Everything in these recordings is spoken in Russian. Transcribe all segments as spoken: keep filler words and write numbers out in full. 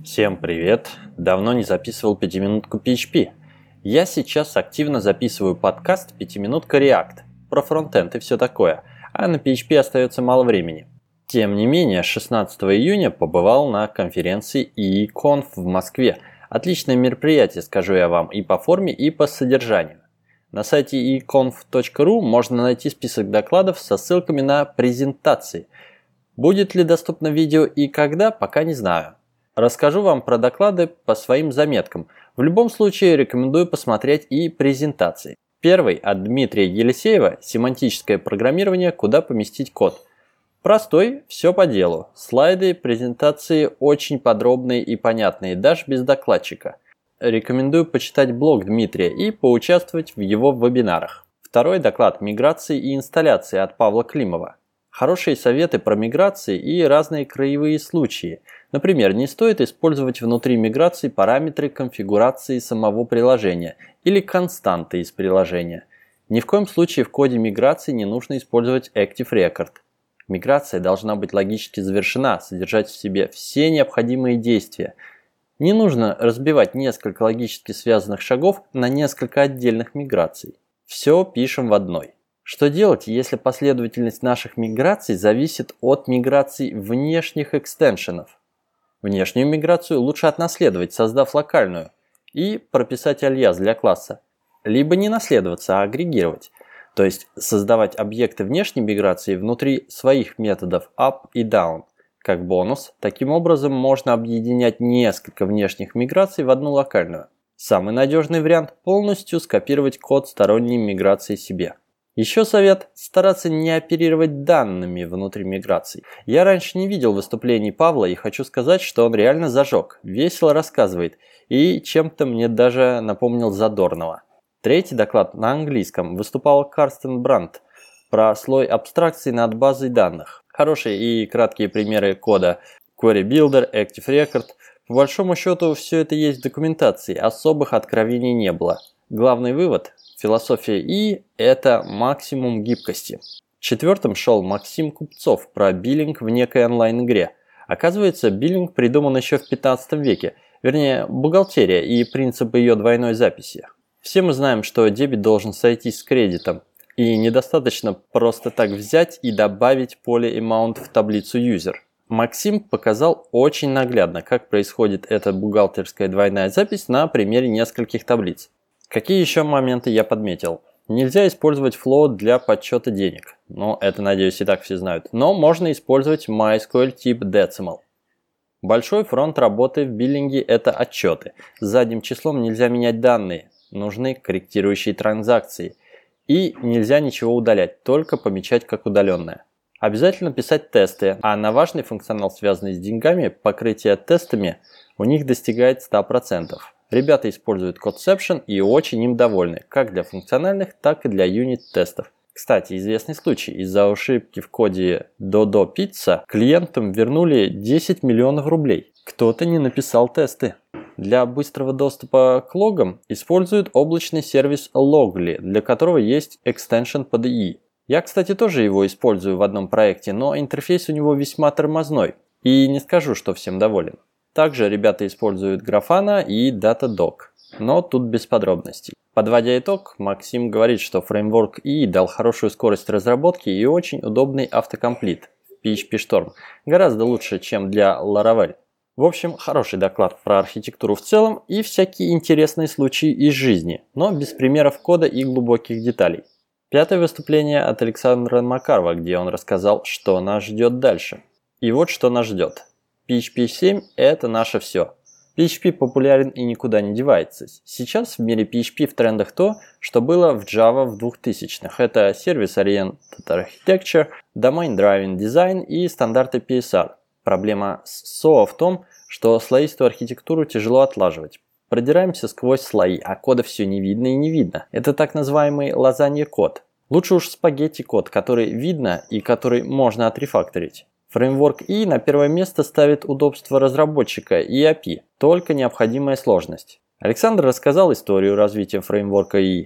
Всем привет! Давно не записывал пятиминутку пи эйч пи. Я сейчас активно записываю подкаст «Пятиминутка React» про фронтенд и все такое, а на пи эйч пи остается мало времени. Тем не менее, шестнадцатого июня побывал на конференции и и конф в Москве. Отличное мероприятие, скажу я вам, и по форме, и по содержанию. На сайте и и конф точка ру можно найти список докладов со ссылками на презентации. Будет ли доступно видео и когда, пока не знаю. Расскажу вам про доклады по своим заметкам. В любом случае рекомендую посмотреть и презентации. Первый от Дмитрия Елисеева «Семантическое программирование. Куда поместить код». Простой, все по делу. Слайды, презентации очень подробные и понятные, даже без докладчика. Рекомендую почитать блог Дмитрия и поучаствовать в его вебинарах. Второй доклад «Миграции и инсталляции» от Павла Климова. Хорошие советы про миграции и разные краевые случаи. Например, не стоит использовать внутри миграции параметры конфигурации самого приложения или константы из приложения. Ни в коем случае в коде миграции не нужно использовать Active Record. Миграция должна быть логически завершена, содержать в себе все необходимые действия. Не нужно разбивать несколько логически связанных шагов на несколько отдельных миграций. Все пишем в одной. Что делать, если последовательность наших миграций зависит от миграций внешних экстеншенов? Внешнюю миграцию лучше отнаследовать, создав локальную, и прописать альяс для класса. Либо не наследоваться, а агрегировать. То есть создавать объекты внешней миграции внутри своих методов up и down. Как бонус, таким образом можно объединять несколько внешних миграций в одну локальную. Самый надежный вариант – полностью скопировать код сторонней миграции себе. Еще совет – стараться не оперировать данными внутри миграций. Я раньше не видел выступлений Павла и хочу сказать, что он реально зажег, весело рассказывает и чем-то мне даже напомнил Задорнова. Третий доклад на английском выступал Карстен Брандт про слой абстракции над базой данных. Хорошие и краткие примеры кода Query Builder, Active Record. По большому счету все это есть в документации, особых откровений не было. Главный вывод – философия И – это максимум гибкости. Четвертым шел Максим Купцов про биллинг в некой онлайн-игре. Оказывается, биллинг придуман еще в пятнадцатом веке, вернее, бухгалтерия и принцип ее двойной записи. Все мы знаем, что дебет должен сойтись с кредитом, и недостаточно просто так взять и добавить поле amount в таблицу user. Максим показал очень наглядно, как происходит эта бухгалтерская двойная запись на примере нескольких таблиц. Какие еще моменты я подметил? Нельзя использовать float для подсчета денег. Ну, это, надеюсь, и так все знают. Но можно использовать MySQL тип decimal. Большой фронт работы в биллинге – это отчеты. С задним числом нельзя менять данные. Нужны корректирующие транзакции. И нельзя ничего удалять, только помечать как удаленное. Обязательно писать тесты, а на важный функционал, связанный с деньгами, покрытие тестами у них достигает ста процентов. Ребята используют Codeception и очень им довольны, как для функциональных, так и для юнит-тестов. Кстати, известный случай. Из-за ошибки в коде Dodo Pizza клиентам вернули десять миллионов рублей. Кто-то не написал тесты. Для быстрого доступа к логам используют облачный сервис Logly, для которого есть экстеншн под и. Я, кстати, тоже его использую в одном проекте, но интерфейс у него весьма тормозной. И не скажу, что всем доволен. Также ребята используют Grafana и Datadog, но тут без подробностей. Подводя итог, Максим говорит, что фреймворк и и дал хорошую скорость разработки и очень удобный автокомплит в пи эйч пи Storm, гораздо лучше, чем для Laravel. В общем, хороший доклад про архитектуру в целом и всякие интересные случаи из жизни, но без примеров кода и глубоких деталей. Пятое выступление от Александра Макарова, где он рассказал, что нас ждет дальше. И вот что нас ждет. пи эйч пи семь – это наше все. пи эйч пи популярен и никуда не девается. Сейчас в мире пи эйч пи в трендах то, что было в Java в двухтысячных. Это Service-Oriented Architecture, Domain-Driven Design и стандарты пи эс ар. Проблема с эс о о в том, что слоистую архитектуру тяжело отлаживать. Продираемся сквозь слои, а кода все не видно и не видно. Это так называемый лазанья-код. Лучше уж спагетти-код, который видно и который можно отрефакторить. Фреймворк и и на первое место ставит удобство разработчика и эй пи, только необходимая сложность. Александр рассказал историю развития фреймворка и и.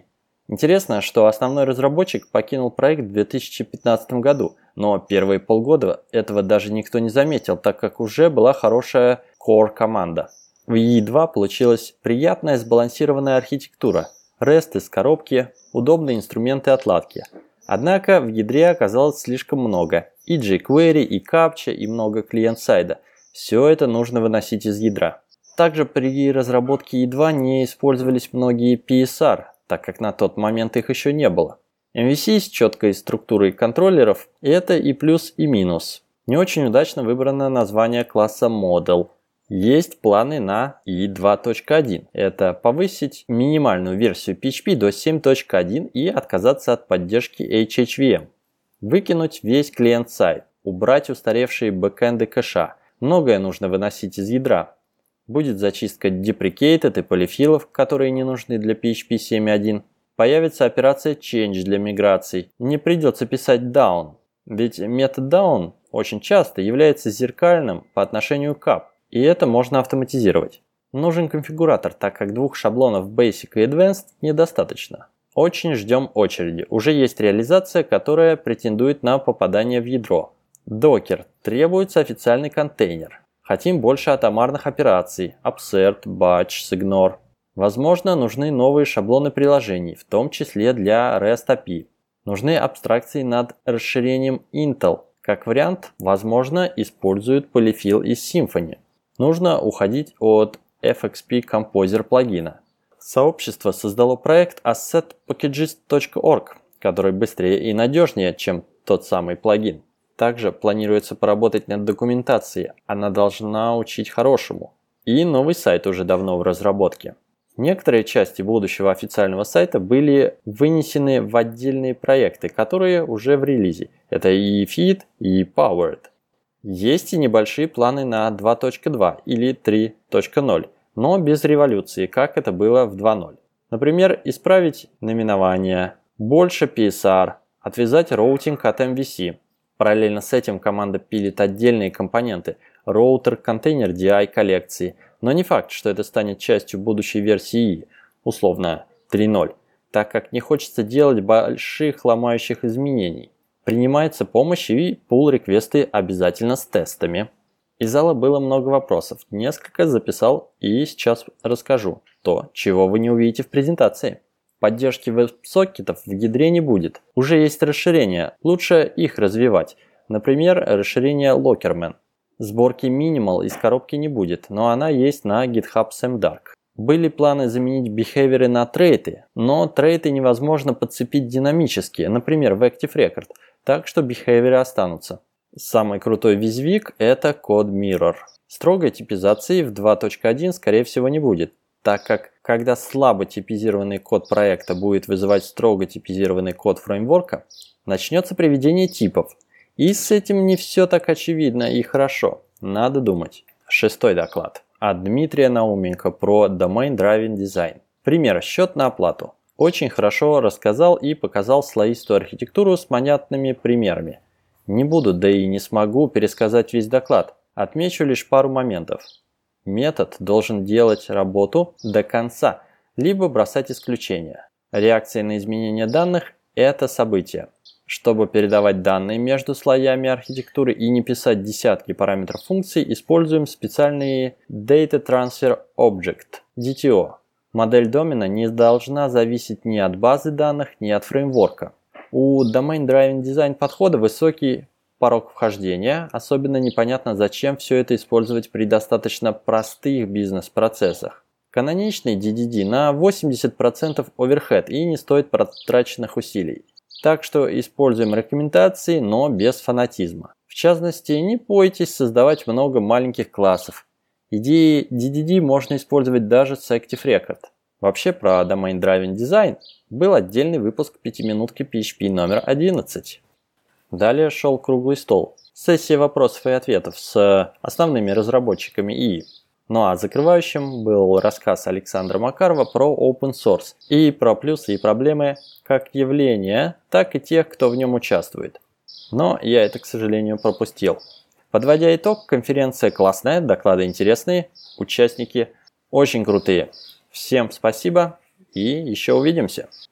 Интересно, что основной разработчик покинул проект в две тысячи пятнадцатом году, но первые полгода этого даже никто не заметил, так как уже была хорошая core-команда. В и и два получилась приятная сбалансированная архитектура, REST из коробки, удобные инструменты отладки. Однако в ядре оказалось слишком много, и jQuery, и CAPTCHA, и много клиент-сайда. Все это нужно выносить из ядра. Также при разработке и и два не использовались многие пи эс ар, так как на тот момент их еще не было. эм ви си с четкой структурой контроллеров – это и плюс, и минус. Не очень удачно выбрано название класса Model. Есть планы на и и два точка один. Это повысить минимальную версию пи эйч пи до семь точка один и отказаться от поддержки эйч эйч ви эм. Выкинуть весь клиент-сайт, убрать устаревшие бэкэнды кэша. Многое нужно выносить из ядра. Будет зачистка deprecated и полифилов, которые не нужны для пи эйч пи семь точка один. Появится операция change для миграций. Не придется писать down. Ведь метод down очень часто является зеркальным по отношению к up. И это можно автоматизировать. Нужен конфигуратор, так как двух шаблонов Basic и Advanced недостаточно. Очень ждем очереди. Уже есть реализация, которая претендует на попадание в ядро. Docker. Требуется официальный контейнер. Хотим больше атомарных операций. Upsert, batch, signor. Возможно, нужны новые шаблоны приложений, в том числе для REST эй пи ай. Нужны абстракции над расширением Intel. Как вариант, возможно, используют полифил из Symfony. Нужно уходить от эф икс пи Composer плагина. Сообщество создало проект asset packages точка орг, который быстрее и надежнее, чем тот самый плагин. Также планируется поработать над документацией, она должна учить хорошему. И новый сайт уже давно в разработке. Некоторые части будущего официального сайта были вынесены в отдельные проекты, которые уже в релизе. Это и Feed, и Powered. Есть и небольшие планы на два точка два или три точка ноль, но без революции, как это было в два точка ноль. Например, исправить наименование, больше пи эс ар, отвязать роутинг от эм ви си. Параллельно с этим команда пилит отдельные компоненты, роутер, контейнер ди ай коллекции, но не факт, что это станет частью будущей версии и и, условно три ноль, так как не хочется делать больших ломающих изменений. Принимается помощь и pull-реквесты обязательно с тестами. Из зала было много вопросов, несколько записал и сейчас расскажу то, чего вы не увидите в презентации. Поддержки веб-сокетов в ядре не будет. Уже есть расширения, лучше их развивать. Например, расширение Lockerman. Сборки Minimal из коробки не будет, но она есть на GitHub Semdark. Были планы заменить бихевиоры на трейты, но трейты невозможно подцепить динамически, например, в Active Record, так что бихевиоры останутся. Самый крутой визовик – это Code Mirror. Строгой типизации в два точка один скорее всего не будет, так как когда слабо типизированный код проекта будет вызывать строго типизированный код фреймворка, начнется приведение типов. И с этим не все так очевидно и хорошо. Надо думать. Шестой доклад. От Дмитрия Науменко про Domain Driven Design. Пример. Счет на оплату. Очень хорошо рассказал и показал слоистую архитектуру с понятными примерами. Не буду, да и не смогу пересказать весь доклад. Отмечу лишь пару моментов. Метод должен делать работу до конца, либо бросать исключения. Реакция на изменение данных – это событие. Чтобы передавать данные между слоями архитектуры и не писать десятки параметров функций, используем специальные Data Transfer Object, ди ти о. Модель домена не должна зависеть ни от базы данных, ни от фреймворка. У Domain Driven Design подхода высокий порог вхождения, особенно непонятно, зачем все это использовать при достаточно простых бизнес-процессах. Каноничный ди ди ди на восемьдесят процентов оверхед и не стоит потраченных усилий. Так что используем рекомендации, но без фанатизма. В частности, не бойтесь создавать много маленьких классов. Идеи ди ди ди можно использовать даже с Active Record. Вообще про Domain Driven Design был отдельный выпуск пятиминутки пи эйч пи номер одиннадцать. Далее шел круглый стол. Сессия вопросов и ответов с основными разработчиками и и. Ну а закрывающим был рассказ Александра Макарова про Open Source и про плюсы и проблемы как явления, так и тех, кто в нем участвует. Но я это, к сожалению, пропустил. Подводя итог, конференция классная, доклады интересные, участники очень крутые. Всем спасибо и еще увидимся.